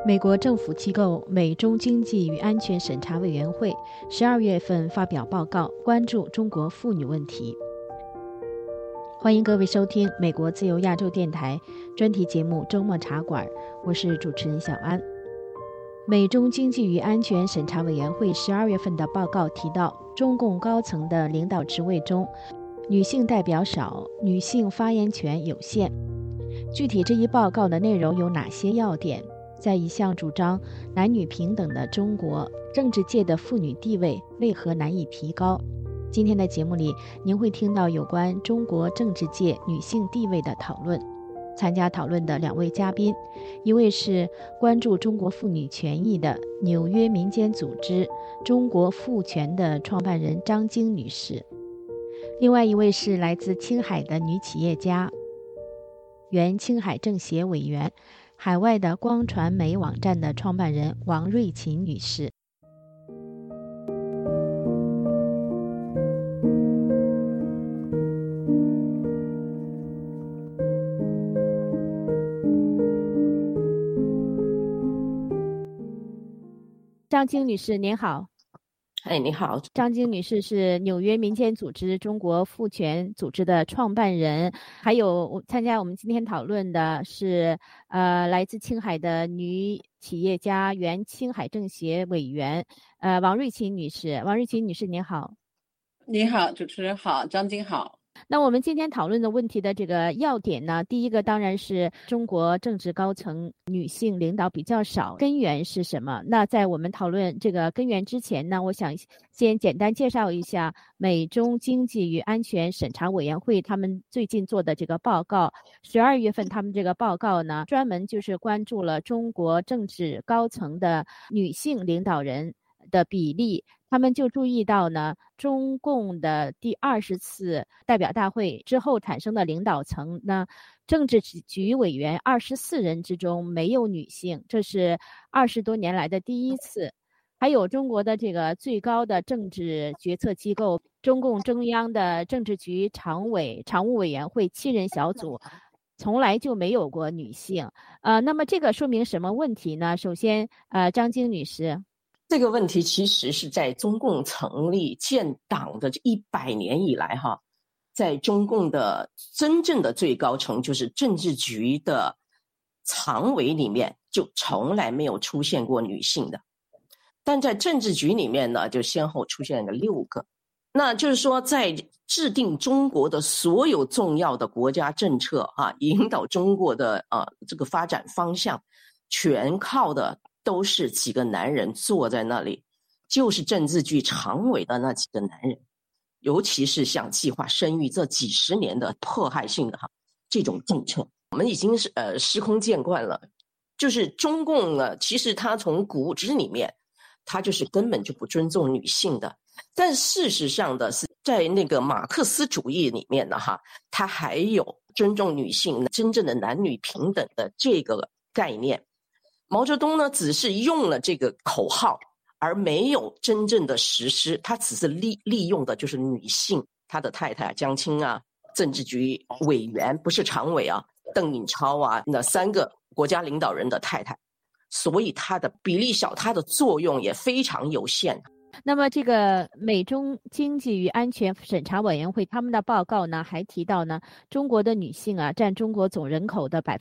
美国政府机构美中经济与安全审查委员会12月份发表报告，关注中国妇女问题。欢迎各位收听美国自由亚洲电台专题节目《周末茶馆》，我是主持人小安。美中经济与安全审查委员会12月份的报告提到，中共高层的领导职位中，女性代表少，女性发言权有限。具体这一报告的内容有哪些要点？在一向主张男女平等的中国，政治界的妇女地位为何难以提高？今天的节目里，您会听到有关中国政治界女性地位的讨论。参加讨论的两位嘉宾，一位是关注中国妇女权益的纽约民间组织中国妇权的创办人张晶女士，另外一位是来自青海的女企业家，原青海政协委员，海外的光传媒网站的创办人王瑞琴女士。张晶女士您好。 你好。 张晶女士是纽约民间组织中国妇权组织的创办人，还有参加我们今天讨论的是来自青海的女企业家，原青海政协委员王瑞琴女士。王瑞琴女士您好。 你好，主持人好，张晶好。 那我们今天讨论的问题的这个要点呢，第一个当然是中国政治高层女性领导比较少，根源是什么？那在我们讨论这个根源之前呢，我想先简单介绍一下美中经济与安全审查委员会他们最近做的这个报告。12月份他们这个报告呢，专门就是关注了中国政治高层的女性领导人的比例。他们就注意到呢，中共的第20次代表大会之后产生的领导层呢，政治局委员24人之中没有女性，这是20多年来的第一次。还有中国的这个最高的政治决策机构，中共中央的政治局常务委员会7人小组，从来就没有过女性。那么这个说明什么问题呢？首先，张晶女士。 这个问题其实是在中共成立建党的100年以来在中共的真正的最高层，就是政治局的常委里面，就从来没有出现过女性的。但在政治局里面呢，就先后出现了6个。那就是说，在制定中国的所有重要的国家政策引导中国的这个发展方向，全靠的都是几个男人坐在那里，就是政治局常委的那几个男人。尤其是像计划生育这几十年的迫害性的这种政策，我们已经是司空见惯了。就是中共呢，其实他从骨子里面，他就是根本就不尊重女性的。但事实上的是，在那个马克思主义里面呢他还有尊重女性、真正的男女平等的这个概念。毛泽东呢，只是用了这个口号，而没有真正的实施。他只是利用的就是女性，他的太太江青政治局委员不是常委邓颖超那3个国家领导人的太太，所以他的比例小，他的作用也非常有限。 那么这个美中经济与安全审查委员会他们的报告呢，还提到呢，中国的女性占中国总人口的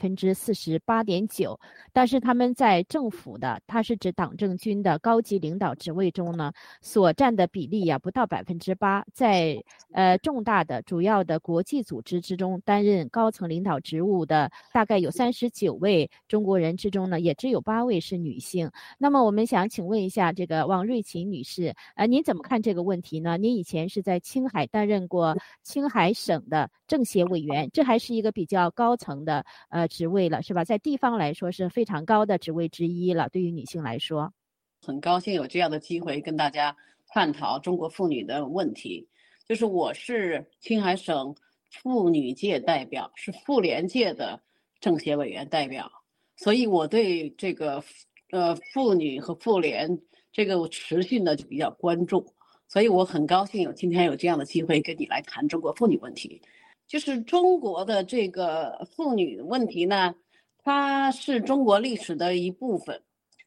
48.9%， 但是他们在政府的，它是指党政军的高级领导职位中呢，所占的比例不到 8%， 在重大的主要的国际组织之中担任高层领导职务的大概有39位中国人之中呢，也只有8位是女性。那么我们想请问一下这个王瑞琴女士，您怎么看这个问题呢？您以前是在青海担任过青海省的政协委员，这还是一个比较高层的职位了，是吧？在地方来说是非常高的职位之一了，对于女性来说。 很高兴有这样的机会跟大家探讨中国妇女的问题。就是我是青海省妇女界代表，是妇联界的政协委员代表，所以我对这个妇女和妇联这个持续呢就比较关注，所以我很高兴今天有这样的机会跟你来谈中国妇女问题。就是中国的这个妇女问题呢，它是中国历史的一部分，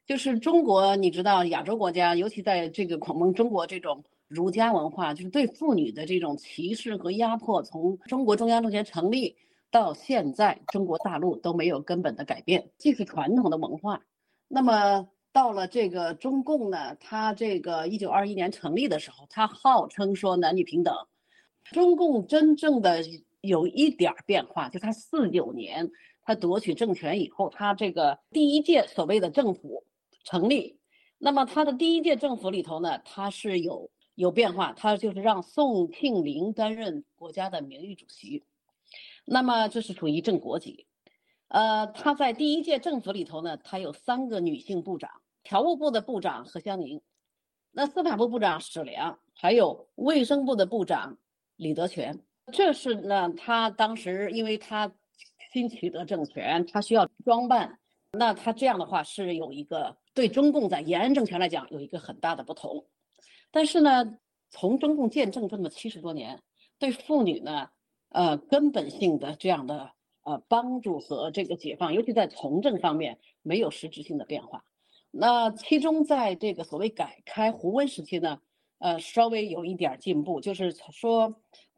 就是中国，你知道亚洲国家，尤其在这个我们中国这种儒家文化，就是对妇女的这种歧视和压迫，从中国中央政协成立到现在，中国大陆都没有根本的改变，这是传统的文化。那么到了这个中共呢，它这个1921年成立的时候，它号称说男女平等。中共真正的有一点变化，就它49年他夺取政权以后，他这个第一届所谓的政府成立，那么他的第一届政府里头呢，他是有变化，他就是让宋庆龄担任国家的名誉主席，那么这是属于正国级。他在第一届政府里头呢，他有3个女性部长，侨务部的部长何香凝，那司法部部长史良，还有卫生部的部长李德全。这是呢，他当时因为他新取得政权，他需要装扮，那他这样的话是有一个对中共在延安政权来讲有一个很大的不同。但是呢，从中共建政这么70多年，对妇女呢，根本性的这样的帮助和这个解放，尤其在从政方面没有实质性的变化。那其中在这个所谓改开胡温时期呢，稍微有一点进步，就是说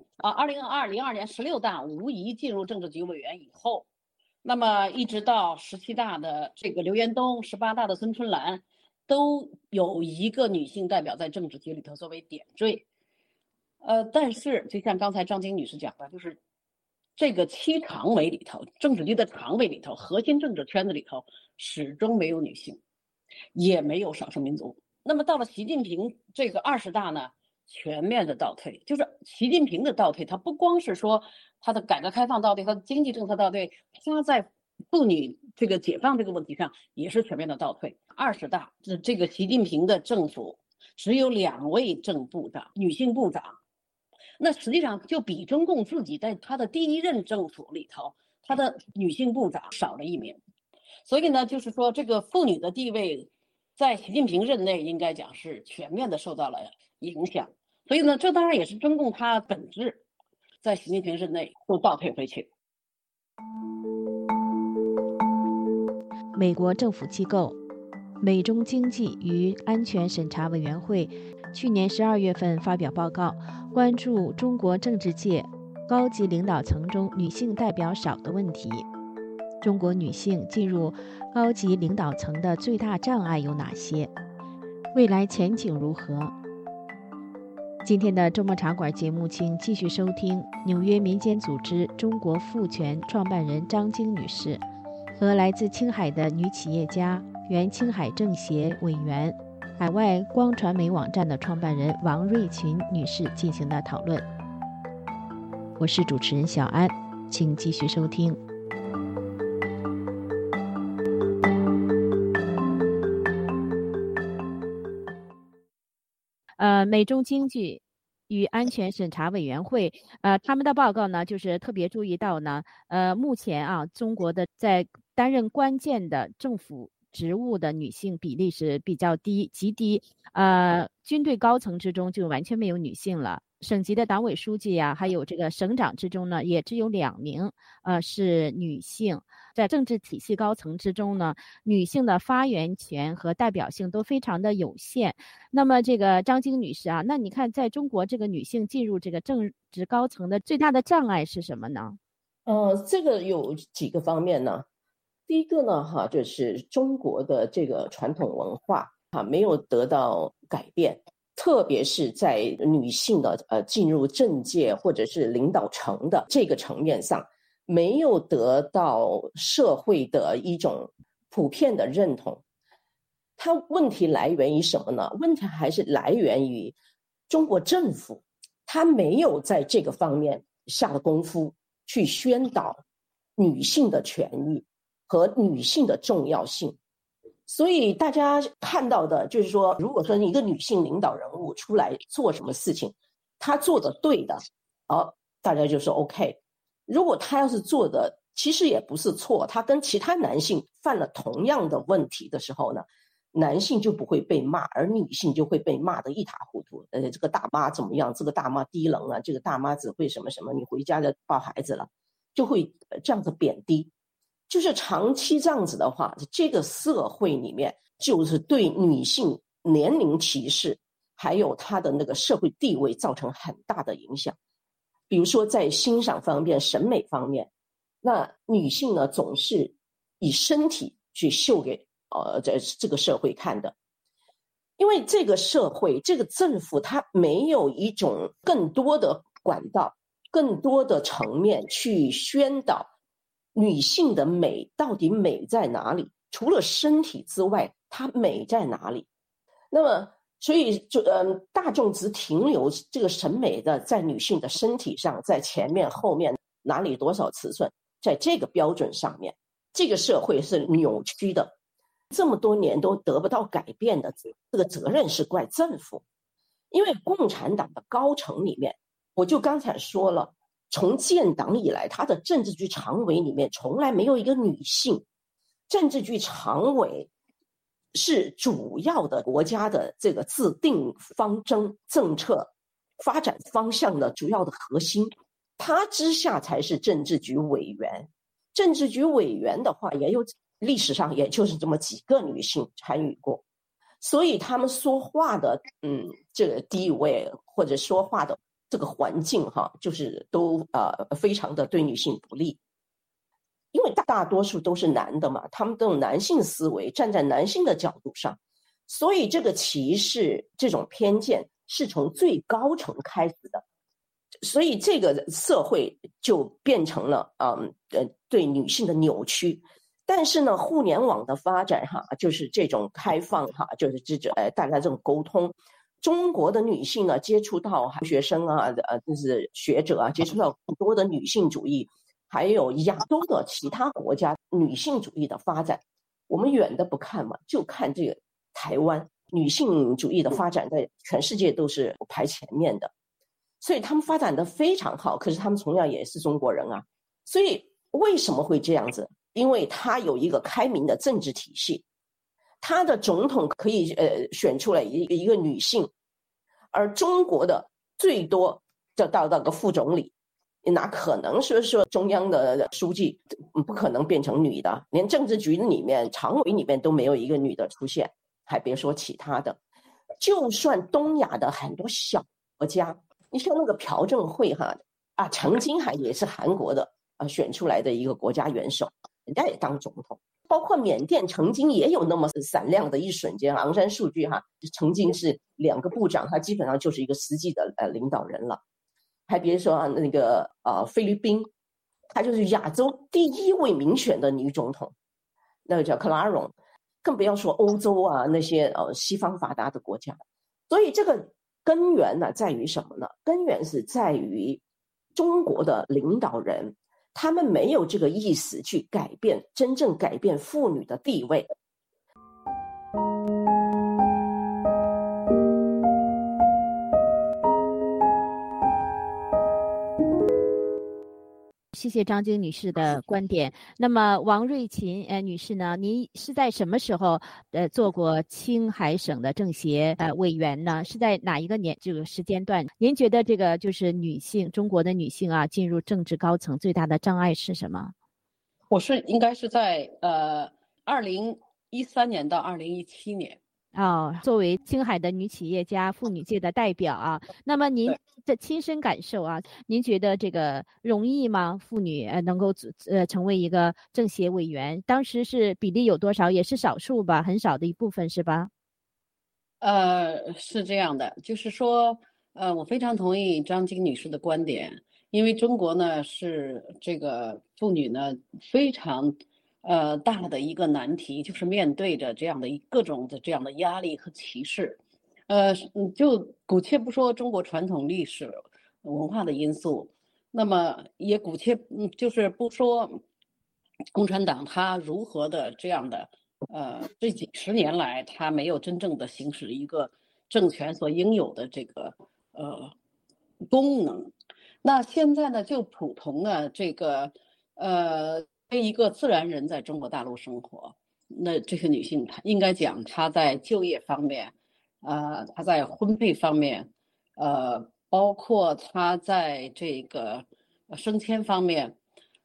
，2002年16大无疑进入政治局委员以后，那么一直到17大的这个刘延东，18大的孙春兰，都有一个女性代表在政治局里头作为点缀。但是就像刚才张晶女士讲的，就是这个7常委里头，政治局的常委里头，核心政治圈子里头始终没有女性，也没有少数民族。那么到了习近平这个20大呢，全面的倒退，就是习近平的倒退，他不光是说他的改革开放倒退，他的经济政策倒退，他在妇女这个解放这个问题上也是全面的倒退。20大这个习近平的政府只有2位正部长，女性部长，那实际上就比中共自己在他的第1任政府里头，他的女性部长少了1名。所以呢，就是说这个妇女的地位在习近平任内应该讲是全面的受到了影响。所以呢，这当然也是中共它本质在习近平任内都倒退回去。 美国政府机构美中经济与安全审查委员会去年12月份发表报告，关注中国政治界高级领导层中女性代表少的问题。中国女性进入高级领导层的最大障碍有哪些？未来前景如何？今天的周末茶馆节目，请继续收听纽约民间组织中国妇权创办人张晶女士和来自青海的女企业家、原青海政协委员、海外光传媒网站的创办人王瑞群女士进行的讨论。我是主持人小安，请继续收听。美中经济与安全审查委员会，他们的报告呢，就是特别注意到呢，目前啊，中国的在担任关键的政府职务的女性比例是比较低，极低。军队高层之中就完全没有女性了。省级的党委书记啊，还有这个省长之中呢，也只有2名是女性。在政治体系高层之中呢，女性的发言权和代表性都非常的有限。那么这个张晶女士啊，那你看在中国这个女性进入这个政治高层的最大的障碍是什么呢？ 这个有几个方面呢。第一个呢，就是中国的这个传统文化没有得到改变，特别是在女性的进入政界或者是领导层的这个层面上，没有得到社会的一种普遍的认同。它问题来源于什么呢？问题还是来源于中国政府，它没有在这个方面下了功夫去宣导女性的权益和女性的重要性。所以大家看到的就是说，如果说一个女性领导人物出来做什么事情，她做的对的，大家就说 OK。如果她要是做的其实也不是错，她跟其他男性犯了同样的问题的时候呢，男性就不会被骂，而女性就会被骂得一塌糊涂。这个大妈怎么样？这个大妈低能啊！这个大妈只会什么什么，你回家就抱孩子了，就会这样子贬低。 就是长期这样子的话，这个社会里面就是对女性年龄歧视，还有她的那个社会地位造成很大的影响。比如说在欣赏方面、审美方面，那女性呢总是以身体去秀给这个社会看的。因为这个社会、这个政府，它没有一种更多的管道、更多的层面去宣导女性的美到底美在哪里？除了身体之外，它美在哪里？那么，所以就大众只停留这个审美的在女性的身体上，在前面、后面哪里多少尺寸，在这个标准上面，这个社会是扭曲的。这么多年都得不到改变的，这个责任是怪政府。因为共产党的高层里面，我就刚才说了，从建党以来，他的政治局常委里面从来没有一个女性。政治局常委是主要的国家的这个制定方针、政策、发展方向的主要的核心，他之下才是政治局委员。政治局委员的话，也有历史上也就是这么几个女性参与过，所以他们说话的这个地位或者说话的这个环境就是都非常的对女性不利。因为大多数都是男的嘛，他们都有男性思维，站在男性的角度上，所以这个歧视、这种偏见是从最高层开始的，所以这个社会就变成了对女性的扭曲。但是呢，互联网的发展就是这种开放就是大家这种沟通，中国的女性呢接触到学生就是学者接触到更多的女性主义。还有亚洲的其他国家女性主义的发展，我们远的不看嘛，就看这个台湾女性主义的发展在全世界都是排前面的，所以他们发展的非常好。可是他们同样也是中国人啊，所以为什么会这样子？因为他有一个开明的政治体系，他的总统可以选出来一个女性，而中国的最多就到那个副总理。哪可能是说中央的书记不可能变成女的，连政治局里面常委里面都没有一个女的出现，还别说其他的。就算东亚的很多小国家，你像那个朴正惠曾经也是韩国的选出来的一个国家元首，人家也当总统。包括缅甸曾经也有那么闪亮的一瞬间，昂山素季曾经是2个部长，他基本上就是一个实际的领导人了。还别说那个菲律宾，她就是亚洲第1位民选的女总统，那个叫克拉荣，更不要说欧洲那些西方发达的国家。所以这个根源呢在于什么呢？根源是在于中国的领导人，他们没有这个意识去真正改变妇女的地位。 谢谢张晶女士的观点。那么王瑞琴女士呢？您是在什么时候做过青海省的政协委员呢？是在哪一个这个时间段？您觉得这个就是中国的女性进入政治高层最大的障碍是什么？ 我应该是在2013年到2017年。 作为青海的女企业家、妇女界的代表那么您的亲身感受您觉得这个容易吗？妇女能够成为一个政协委员，当时是比例有多少？也是少数吧，很少的一部分是吧？ 是这样的，就是说我非常同意张晶女士的观点，因为中国呢是这个妇女呢非常大的一个难题，就是面对着这样的各种的这样的压力和歧视。就姑且不说中国传统历史文化的因素，那么也姑且就是不说共产党它如何的这样的这几十年来它没有真正的行使一个政权所应有的这个功能。那现在呢，就普通的这个一个自然人在中国大陆生活，那这些女性应该讲她在就业方面她在婚配方面包括她在这个升迁方面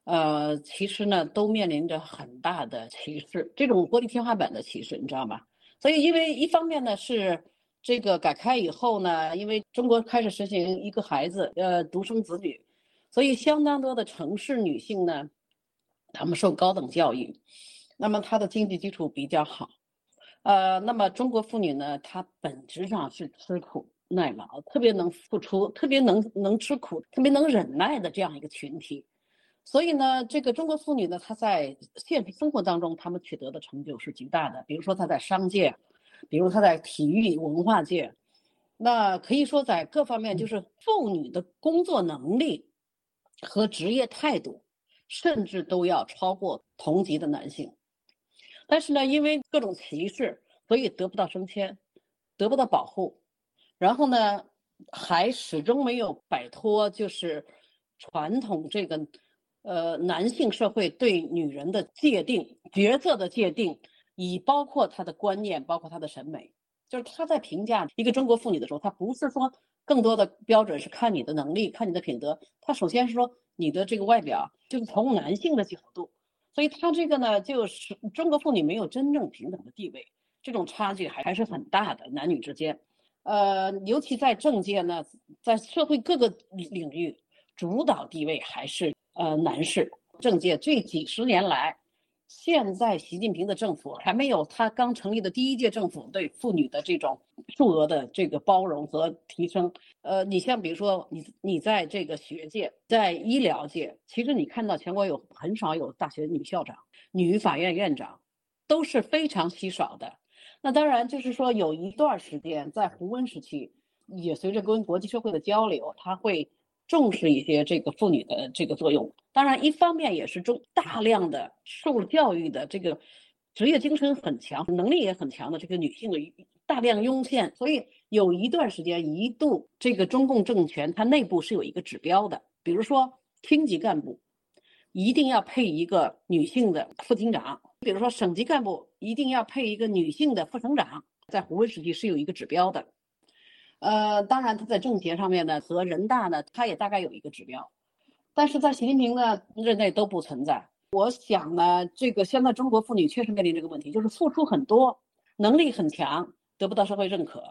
其实呢都面临着很大的歧视，这种玻璃天花板的歧视，你知道吗？所以因为一方面呢是这个改开以后呢，因为中国开始实行一个孩子独生子女，所以相当多的城市女性呢，她们受高等教育，那么她的经济基础比较好。那么中国妇女呢，她本质上是吃苦耐劳，特别能付出，特别能吃苦，特别能忍耐的这样一个群体。所以呢，这个中国妇女呢，她在现实生活当中，她们取得的成就是极大的。比如说她在商界，比如她在体育文化界，那可以说在各方面，就是妇女的工作能力和职业态度，甚至都要超过同级的男性。但是呢，因为各种歧视，所以得不到升迁，得不到保护，然后呢，还始终没有摆脱就是传统这个男性社会对女人的界定、角色的界定，以包括他的观念，包括他的审美。就是他在评价一个中国妇女的时候，他不是说更多的标准是看你的能力、看你的品德，他首先是说你的这个外表，就是从男性的角度。所以他这个呢，就是中国妇女没有真正平等的地位，这种差距还是很大的，男女之间。尤其在政界呢，在社会各个领域，主导地位还是男士。政界这几十年来，现在习近平的政府还没有他刚成立的第一届政府对妇女的这种数额的这个包容和提升。你像比如说你在这个学界，在医疗界，其实你看到全国很少有大学女校长、女法院院长，都是非常稀少的。那当然就是说有一段时间在胡温时期，也随着跟国际社会的交流，他会重视一些这个妇女的这个作用。当然一方面也是大量的受教育的这个职业精神很强、能力也很强的这个女性的大量涌现，所以有一段时间一度这个中共政权它内部是有一个指标的，比如说厅级干部一定要配一个女性的副厅长，比如说省级干部一定要配一个女性的副省长，在胡温时期是有一个指标的。当然他在政协上面呢和人大呢，他也大概有一个指标，但是在习近平的任内都不存在。我想呢，这个现在中国妇女确实面临这个问题，就是付出很多，能力很强，得不到社会认可。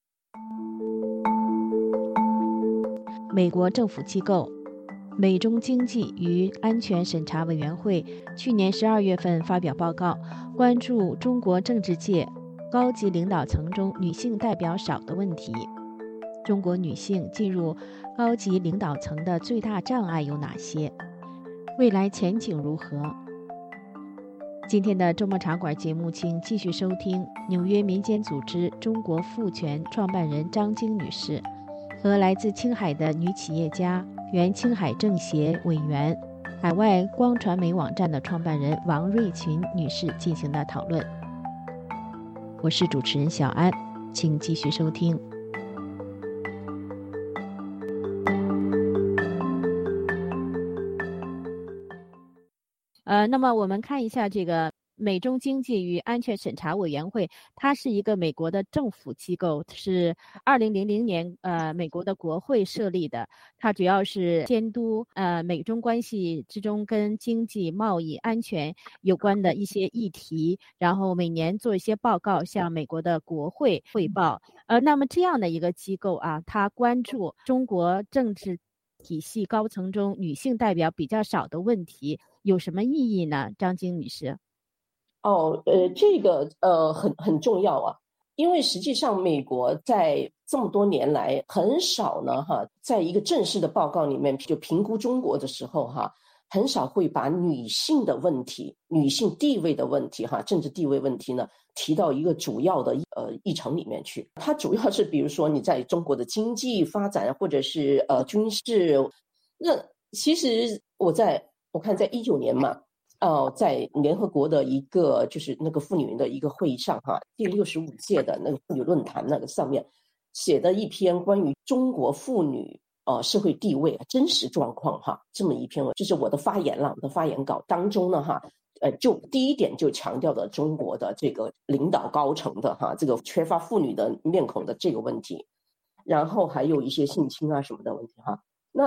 美国政府机构美中经济与安全审查委员会去年12月份发表报告，关注中国政治界高级领导层中女性代表少的问题。中国女性进入高级领导层的最大障碍有哪些？未来前景如何？今天的周末茶馆节目，请继续收听纽约民间组织中国妇权创办人张晶女士和来自青海的女企业家、原青海政协委员、海外光传媒网站的创办人王瑞群女士进行的讨论。我是主持人小安，请继续收听。那么我们看一下这个美中经济与安全审查委员会，它是一个美国的政府机构，是2000年美国的国会设立的。它主要是监督美中关系之中跟经济、贸易、安全有关的一些议题，然后每年做一些报告向美国的国会汇报。那么这样的一个机构啊，它关注中国政治体系高层中女性代表比较少的问题，有什么意义呢？张晶女士。 这个很重要啊，因为实际上美国在这么多年来很少呢在一个正式的报告里面就评估中国的时候很少会把女性的问题、女性地位的问题政治地位问题呢提到一个主要的议程里面去。它主要是比如说你在中国的经济发展或者是军事。那其实我看在19年嘛。在联合国的一个就是那个妇女的一个会议上第65届的那个妇女论坛那个上面写的一篇关于中国妇女社会地位真实状况这么一篇文，就是我的发言稿当中呢就第一点就强调了中国的这个领导高层的这个缺乏妇女的面孔的这个问题，然后还有一些性侵什么的问题那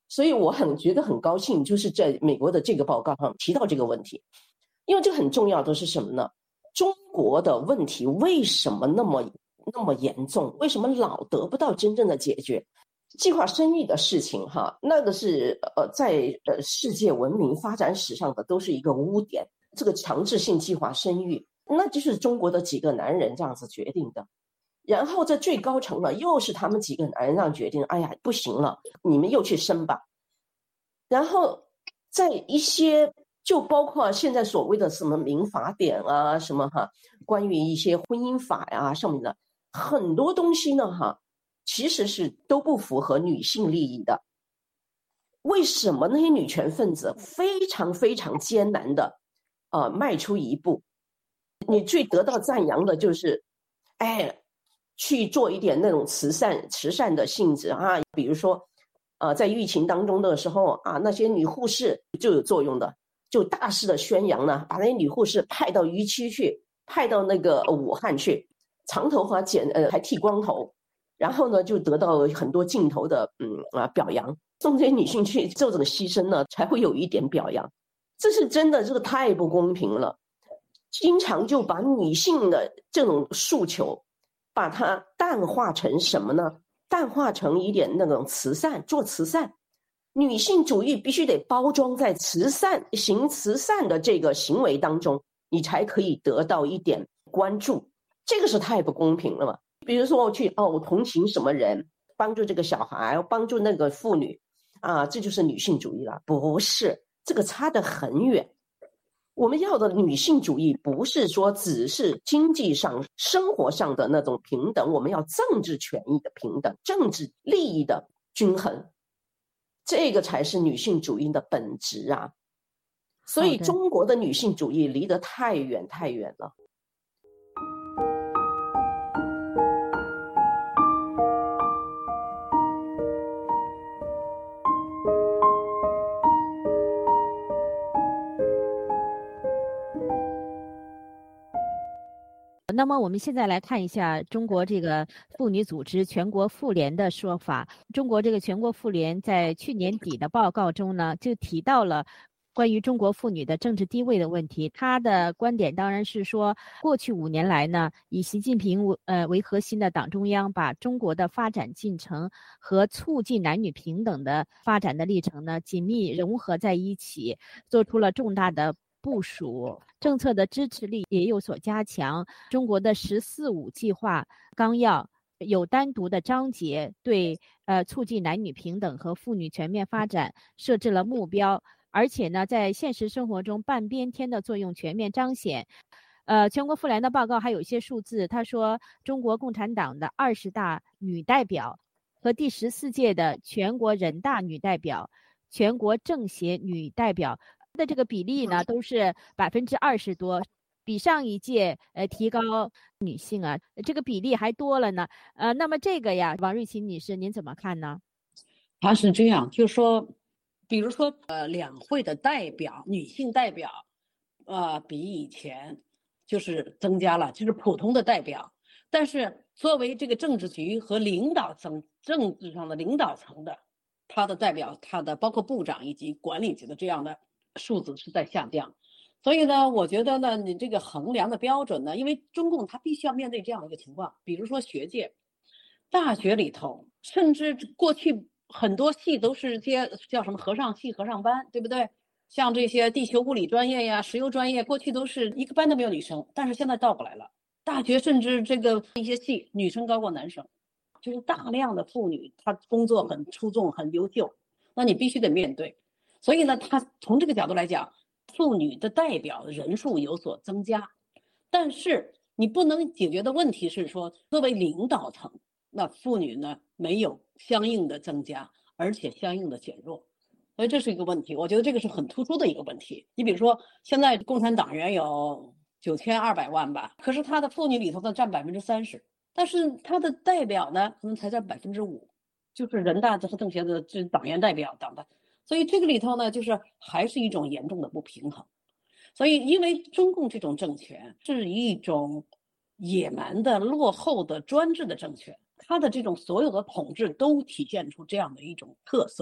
所以我觉得很高兴，就是在美国的这个报告上提到这个问题，因为这个很重要的是什么呢？中国的问题为什么那么严重？为什么老得不到真正的解决？计划生育的事情哈，那个是在世界文明发展史上的都是一个污点。这个强制性计划生育，那就是中国的几个男人这样子决定的。然后在最高层呢，又是他们几个男人这样决定，哎呀，不行了，你们又去生吧。然后在一些就包括现在所谓的什么民法典啊，什么关于一些婚姻法呀上面的很多东西呢其实是都不符合女性利益的。为什么那些女权分子非常非常艰难的迈出一步？你最得到赞扬的就是去做一点那种慈善的性质比如说在疫情当中的时候那些女护士就有作用的，就大肆的宣扬呢，把那些女护士派到疫区去，派到那个武汉去，长头发还剃光头，然后呢就得到很多镜头的表扬，送这些女性去做这种牺牲呢，才会有一点表扬。这是真的，这个太不公平了。经常就把女性的这种诉求把它淡化成什么呢？淡化成一点那种做慈善。女性主义必须得包装在行慈善的这个行为当中，你才可以得到一点关注。这个是太不公平了嘛。比如说我同情什么人，帮助这个小孩，帮助那个妇女这就是女性主义了。不是，这个差得很远。我们要的女性主义不是说只是经济上生活上的那种平等，我们要政治权益的平等，政治利益的均衡，这个才是女性主义的本质啊。所以中国的女性主义离得太远太远了。 那么我们现在来看一下中国这个妇女组织全国妇联的说法。中国这个全国妇联在去年底的报告中呢，就提到了关于中国妇女的政治地位的问题。他的观点当然是说，过去5年来呢，以习近平为核心的党中央把中国的发展进程和促进男女平等的发展的历程呢紧密融合在一起，做出了重大的部署，政策的支持力也有所加强。中国的“14·5”计划纲要有单独的章节，对促进男女平等和妇女全面发展设置了目标，而且呢，在现实生活中半边天的作用全面彰显。全国妇联的报告还有一些数字，他说中国共产党的20大女代表和第14届的全国人大女代表、全国政协女代表的这个比例呢，都是20%多，比上一届提高女性这个比例还多了呢。那么这个呀，王瑞琴女士您怎么看呢？ 他是这样，就是说，比如说两会的女性代表比以前就是增加了，就是普通的代表，但是作为这个政治局和政治上的领导层的，他的代表，他的包括部长以及管理级的这样的数字是在下降。所以呢，我觉得呢，你这个衡量的标准呢，因为中共它必须要面对这样的一个情况，比如说学界，大学里头，甚至过去很多系都是些叫什么和尚系、和尚班，对不对？像这些地球物理专业呀、石油专业，过去都是一个班都没有女生，但是现在倒过来了，大学甚至这个一些系女生高过男生，就是大量的妇女，她工作很出众、很优秀，那你必须得面对。所以呢，她从这个角度来讲，妇女的代表人数有所增加，但是你不能解决的问题是说，作为领导层，那妇女呢没有相应的增加，而且相应的减弱，所以这是一个问题。我觉得这个是很突出的一个问题。你比如说，现在共产党员有9200万吧，可是他的妇女里头呢占30%，但是他的代表呢可能才占5%，就是人大和政协的这党员代表党的。所以这个里头呢，就是还是一种严重的不平衡。所以因为中共这种政权是一种野蛮的、落后的、专制的政权，它的这种所有的统治都体现出这样的一种特色。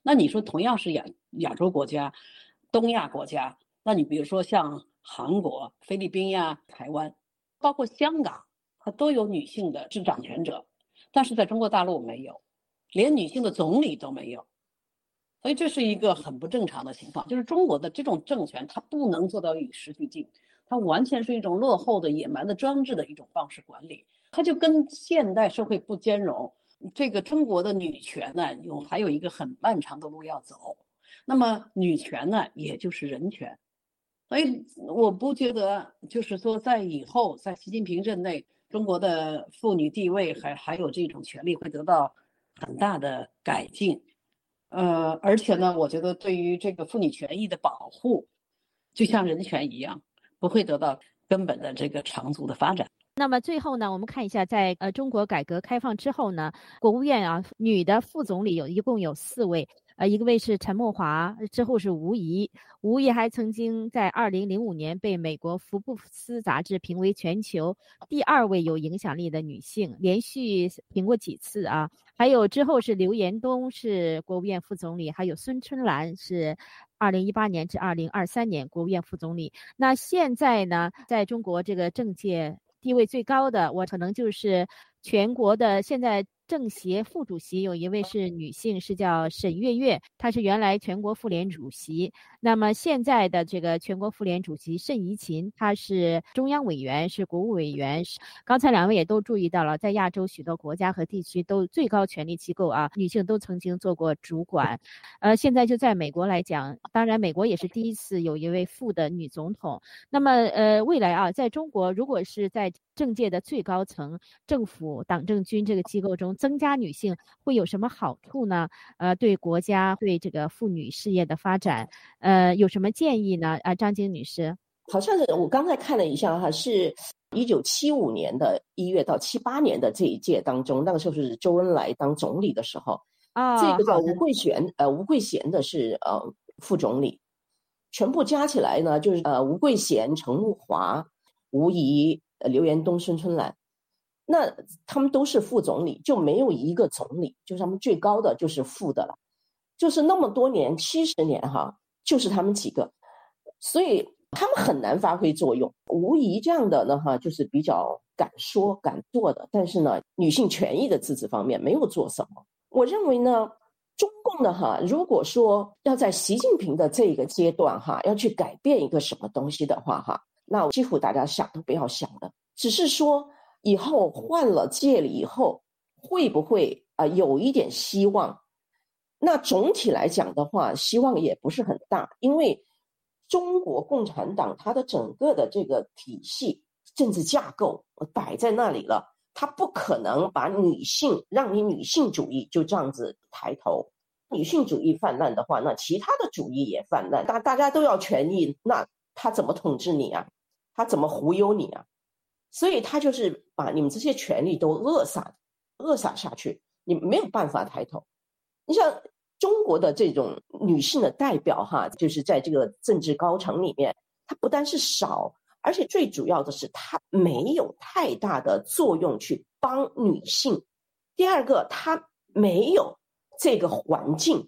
那你说同样是亚洲国家、东亚国家，那你比如说像韩国、菲律宾呀、台湾，包括香港，它都有女性的掌权者，但是在中国大陆没有，连女性的总理都没有。所以这是一个很不正常的情况，就是中国的这种政权，它不能做到与时俱进，它完全是一种落后的、野蛮的专制的一种方式管理，它就跟现代社会不兼容。这个中国的女权呢，还有一个很漫长的路要走。那么女权呢，也就是人权。所以我不觉得，就是说在以后，在习近平任内，中国的妇女地位还有这种权利会得到很大的改进。而且呢，我觉得对于这个妇女权益的保护，就像人权一样，不会得到根本的这个长足的发展。 那么最后呢，我们看一下，在中国改革开放之后呢，国务院啊，女的副总理一共有4位，一个位是陈默华，之后是吴仪。吴仪还曾经在2005年被美国福布斯杂志评为全球第2位有影响力的女性，连续评过几次啊。还有之后是刘延东是国务院副总理，还有孙春兰是2018年至2023年国务院副总理。那现在呢，在中国这个政界地位最高的，我可能就是全国的现在政协副主席，有一位是女性，是叫沈月月，她是原来全国妇联主席。那么现在的这个全国妇联主席盛怡琴，她是中央委员，是国务委员。刚才2位也都注意到了，在亚洲许多国家和地区都最高权力机构啊，女性都曾经做过主管。现在就在美国来讲，当然美国也是第一次有一位副的女总统。那么未来啊，在中国如果是在政界的最高层、政府、党政军这个机构中增加女性会有什么好处呢？对国家对这个妇女事业的发展有什么建议呢？张晶女士。 好像是我刚才看了一下哈，是1975年的1月到78年的这一届当中，那个时候是周恩来当总理的时候，这个叫吴桂贤的是副总理，全部加起来呢就是吴桂贤、陈慕华、吴仪、刘延东、孙春兰，那他们都是副总理，就没有一个总理，就是他们最高的就是副的了，就是那么多年70年哈，就是他们几个，所以他们很难发挥作用。吴仪这样的呢哈，就是比较敢说敢做的，但是呢女性权益的自治方面没有做什么。我认为呢中共的哈，如果说要在习近平的这个阶段哈，要去改变一个什么东西的话哈，那几乎大家想都不要想的，只是说以后换了届了以后会不会有一点希望。那总体来讲的话，希望也不是很大，因为中国共产党它的整个的这个体系政治架构摆在那里了，它不可能把让你女性主义就这样子抬头。女性主义泛滥的话，那其他的主义也泛滥，大家都要权益，那他怎么统治你啊？他怎么忽悠你啊？所以他就是把你们这些权利都扼杀下去，你没有办法抬头。你像中国的这种女性的代表哈，就是在这个政治高层里面，它不单是少，而且最主要的是它没有太大的作用去帮女性。第二个，它没有这个环境。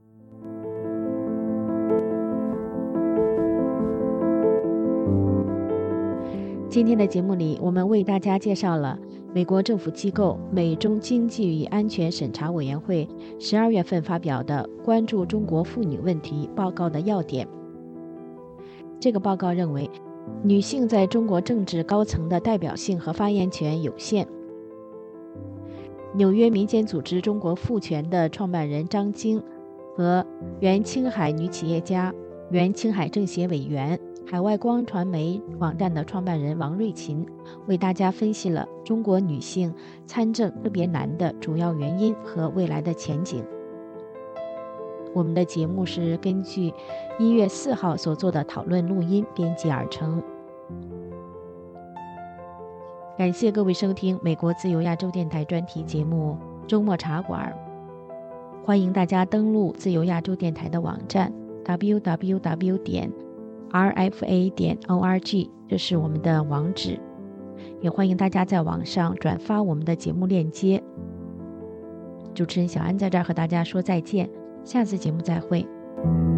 今天的节目里，我们为大家介绍了美国政府机构美中经济与安全审查委员会12月份发表的关注中国妇女问题报告的要点。这个报告认为，女性在中国政治高层的代表性和发言权有限。纽约民间组织中国妇权的创办人张晶和原青海女企业家、原青海政协委员、海外光传媒网站的创办人王瑞琴为大家分析了中国女性参政特别难的主要原因和未来的前景。我们的节目是根据1月4号所做的讨论录音编辑而成。感谢各位收听美国自由亚洲电台专题节目周末茶馆，欢迎大家登录自由亚洲电台的网站 www.rfa.org， 这是我们的网址，也欢迎大家在网上转发我们的节目链接。主持人小安在这儿和大家说再见， 下次节目再会。